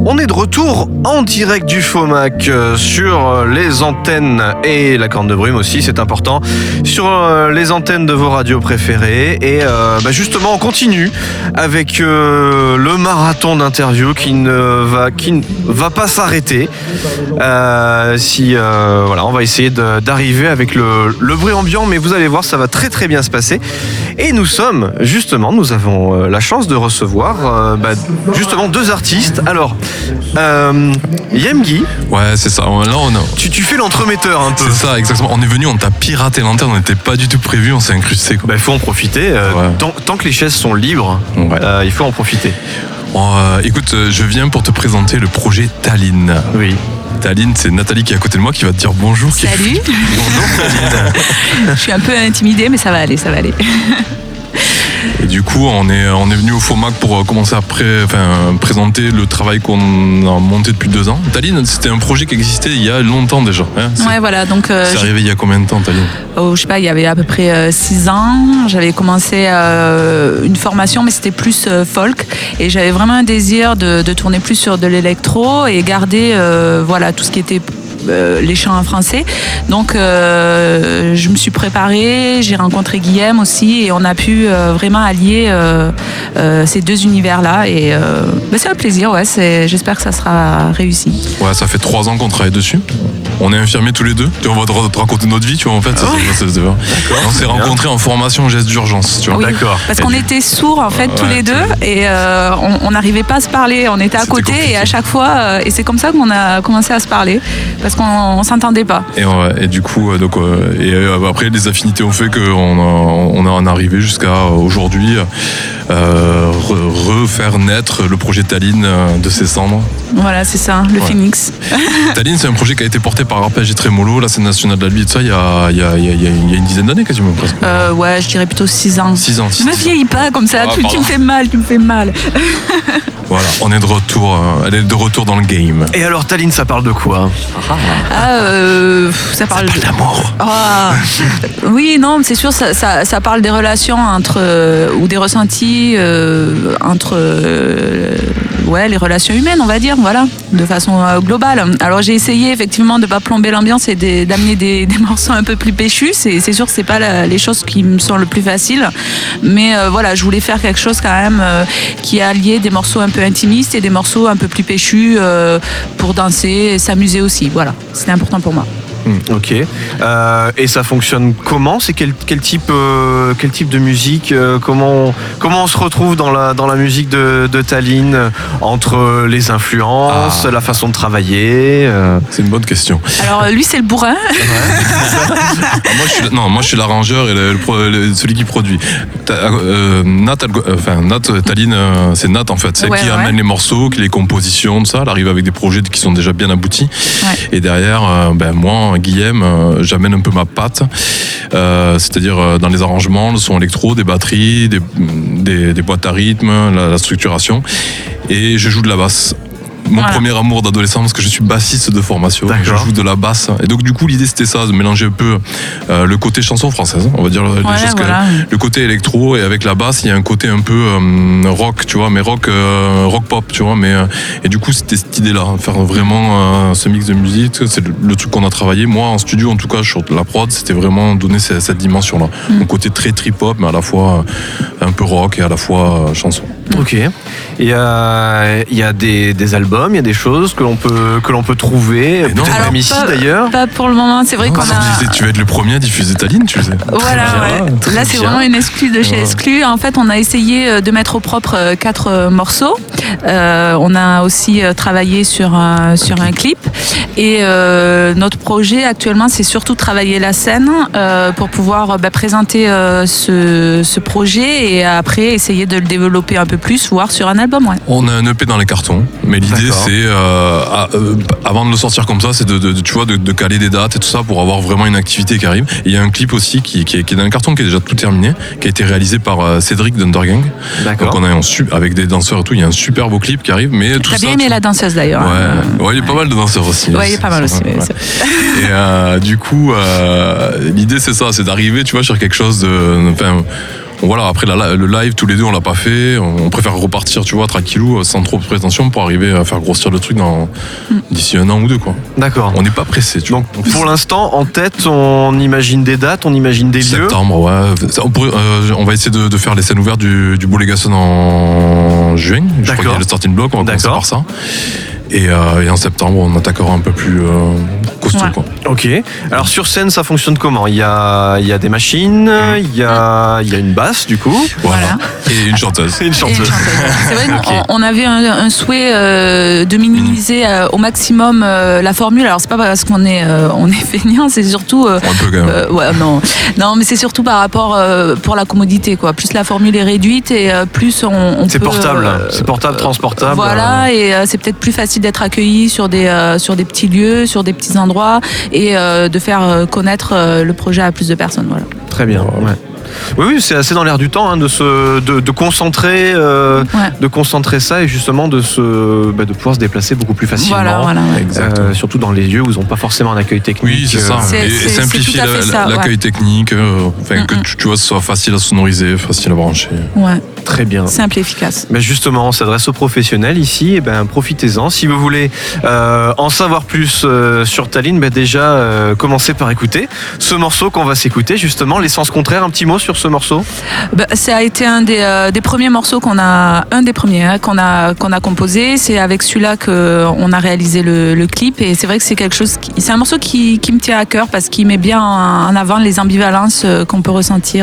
On est de retour en direct du FOMAC sur les antennes et la corne de brume aussi, c'est important, sur les antennes de vos radios préférées. Et justement, on continue avec le marathon d'interviews qui ne va pas s'arrêter. On va essayer d'arriver avec le bruit ambiant, mais vous allez voir, ça va très très bien se passer. Et nous avons la chance de recevoir justement deux artistes. Alors, Yemgi. Ouais, c'est ça. Là, tu fais l'entremetteur un peu. C'est ça, exactement. On est venu, on t'a piraté l'antenne, on n'était pas du tout prévu, on s'est incrusté. Il faut en profiter. Tant que les chaises sont libres, il faut en profiter. Écoute, je viens pour te présenter le projet Tallinn. Oui. Tallinn, c'est Nathalie qui est à côté de moi qui va te dire bonjour. Salut. Bonjour Tallinn. Je suis un peu intimidée, mais ça va aller. Et du coup, on est venu au FOMAC pour commencer à présenter le travail qu'on a monté depuis 2 ans. Tallinn, c'était un projet qui existait il y a longtemps déjà. Ouais, voilà. Donc, c'est arrivé il y a combien de temps, Tallinn ? Je sais pas, il y avait à peu près 6 ans. J'avais commencé une formation, mais c'était plus folk. Et j'avais vraiment un désir de tourner plus sur de l'électro et garder tout ce qui était les chants en français. Donc je me suis préparée, j'ai rencontré Guillaume aussi et on a pu vraiment allier ces deux univers-là et c'est un plaisir, j'espère que ça sera réussi. Ouais, ça fait 3 ans qu'on travaille dessus. On est infirmiers tous les deux. On va te raconter notre vie, tu vois, en fait. On s'est rencontrés en formation geste d'urgence, tu vois. Oui, d'accord. Parce qu'on était sourds, en fait, tous les deux, et on n'arrivait pas à se parler. On était à côté, compliqué. Et à chaque fois, et c'est comme ça qu'on a commencé à se parler, parce qu'on s'entendait pas. Et du coup, après, les affinités ont fait qu'on en est arrivé jusqu'à aujourd'hui refaire naître le projet Tallinn de ses cendres. Voilà, c'est ça, le Phoenix. Tallinn, c'est un projet qui a été porté par Arpège et Trémolo, la scène nationale de la vie, tout ça, il y a une dizaine d'années quasiment presque. Je dirais plutôt 6 ans. 6 ans. Je me vieillis pas comme ça, tu me fais mal. Voilà, on est de retour, elle est de retour dans le game. Et alors Tallinn, ça parle de quoi ? Ça parle d'amour. Oui, non, c'est sûr, ça parle des relations ou des ressentis entre les relations humaines, on va dire, voilà, de façon globale. Alors j'ai essayé effectivement de pas plomber l'ambiance et d'amener des morceaux un peu plus péchus. C'est sûr que c'est pas les choses qui me sont le plus faciles, mais je voulais faire quelque chose quand même qui alliait des morceaux un peu intimistes et des morceaux un peu plus péchus pour danser et s'amuser aussi. Voilà, c'était important pour moi. Ok. Et ça fonctionne comment ? C'est quel type de musique ? Comment on se retrouve dans la musique de Tallinn entre les influences, la façon de travailler C'est une bonne question. Alors lui c'est le bourrin. Moi je suis l'arrangeur et celui qui produit. Nat Tallinn, c'est Nat en fait, c'est qui amène les morceaux, qui les compositions, tout ça. Elle arrive avec des projets qui sont déjà bien aboutis. Ouais. Et derrière, moi, Guillaume, j'amène un peu ma patte, c'est-à-dire dans les arrangements, le son électro, des batteries, des boîtes à rythme, la structuration, et je joue de la basse. Mon premier amour d'adolescent, parce que je suis bassiste de formation. Je joue de la basse. Et donc, du coup, l'idée, c'était ça, de mélanger un peu le côté chanson française, on va dire le côté électro, et avec la basse, il y a un côté un peu rock, tu vois, mais rock pop, tu vois. Et du coup, c'était cette idée-là, faire vraiment ce mix de musique. C'est le truc qu'on a travaillé. Moi, en studio, en tout cas, sur la prod, c'était vraiment donner cette dimension-là. Un côté très trip-hop, mais à la fois un peu rock et à la fois chanson. Ok. Il y a des albums, il y a des choses que l'on peut trouver, peut-être même ici d'ailleurs. Pas pour le moment, c'est vrai qu'on a... Tu vas être le premier à diffuser Tallinn, tu sais. Voilà, là c'est vraiment une exclue de chez Exclu. En fait, on a essayé de mettre au propre 4 morceaux. On a aussi travaillé sur un clip. Et notre projet actuellement, c'est surtout travailler la scène pour pouvoir présenter ce projet et après essayer de le développer un peu plus, voire sur un album. On a un EP dans les cartons, mais l'idée c'est avant de le sortir comme ça, c'est de caler des dates et tout ça pour avoir vraiment une activité qui arrive. Et il y a un clip aussi qui est dans les cartons, qui est déjà tout terminé, qui a été réalisé par Cédric d'Undergang. D'accord. Donc on a avec des danseurs et tout, il y a un super beau clip qui arrive. Mais tout T'as bien aimé la danseuse d'ailleurs. Ouais, il y a pas mal de danseurs aussi. Ouais, il y a pas mal aussi. Et du coup, l'idée c'est ça, c'est d'arriver, tu vois, sur quelque chose de... voilà, après le live, tous les deux, on l'a pas fait. On préfère repartir, tu vois, tranquillou, sans trop de prétention pour arriver à faire grossir le truc d'ici 1 an ou 2, quoi. D'accord. On n'est pas pressé, tu vois. Donc, pour l'instant, en tête, on imagine des dates, on imagine des lieux. Septembre, ouais. On va essayer de faire les scènes ouvertes du Beau Légason en juin. Je crois qu'il y a le starting block, on va commencer par ça. Et en septembre, on attaquera un peu plus costaud, quoi. Ok. Alors sur scène, ça fonctionne comment ? Il y a des machines, il y a une basse du coup. Voilà. Et une chanteuse. Et une chanteuse. C'est vrai qu'on avait un souhait de minimiser au maximum la formule. Alors c'est pas parce qu'on est feignant, c'est surtout. Un peu quand même. Non, mais c'est surtout par rapport pour la commodité, quoi. Plus la formule est réduite et plus on peut. C'est portable, c'est portable, transportable. Voilà, et c'est peut-être plus facile d'être accueilli sur des petits lieux, sur des petits endroits et de faire connaître le projet à plus de personnes. Voilà. Très bien. Ouais. Oui, c'est assez dans l'air du temps de concentrer, de concentrer ça et justement de pouvoir se déplacer beaucoup plus facilement. Voilà. Surtout dans les lieux où ils n'ont pas forcément un accueil technique. Oui, c'est ça. Et simplifier l'accueil technique, que tu vois, ce soit facile à sonoriser, facile à brancher. Ouais. Très bien. Simple et efficace. Mais justement, on s'adresse aux professionnels ici. Et profitez-en. Si vous voulez en savoir plus sur Tallinn, déjà commencez par écouter ce morceau qu'on va s'écouter. Justement, l'essence contraire. Un petit mot sur ce morceau. Ça a été un des premiers morceaux qu'on a composé. C'est avec celui-là qu'on a réalisé le clip. Et c'est vrai que c'est un morceau qui me tient à cœur parce qu'il met bien en avant les ambivalences qu'on peut ressentir,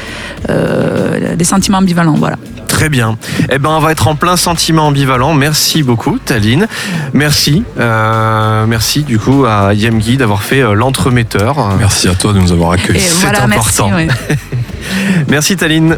des sentiments ambivalents. Voilà. Très bien. On va être en plein sentiment ambivalent. Merci beaucoup, Tallinn. Merci. Merci du coup à Yemgi d'avoir fait l'entremetteur. Merci à toi de nous avoir accueillis. C'est important. Merci, Merci, Tallinn.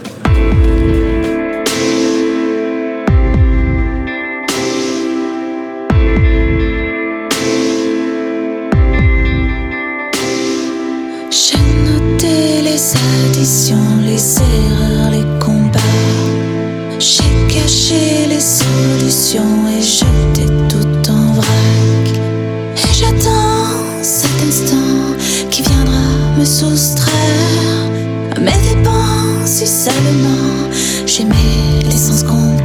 J'ai noté les additions, les erreurs, les combats. J'ai caché les solutions et jeté tout en vrac. Et j'attends cet instant qui viendra me soustraire à mes dépens si seulement j'aimais l'essence qu'on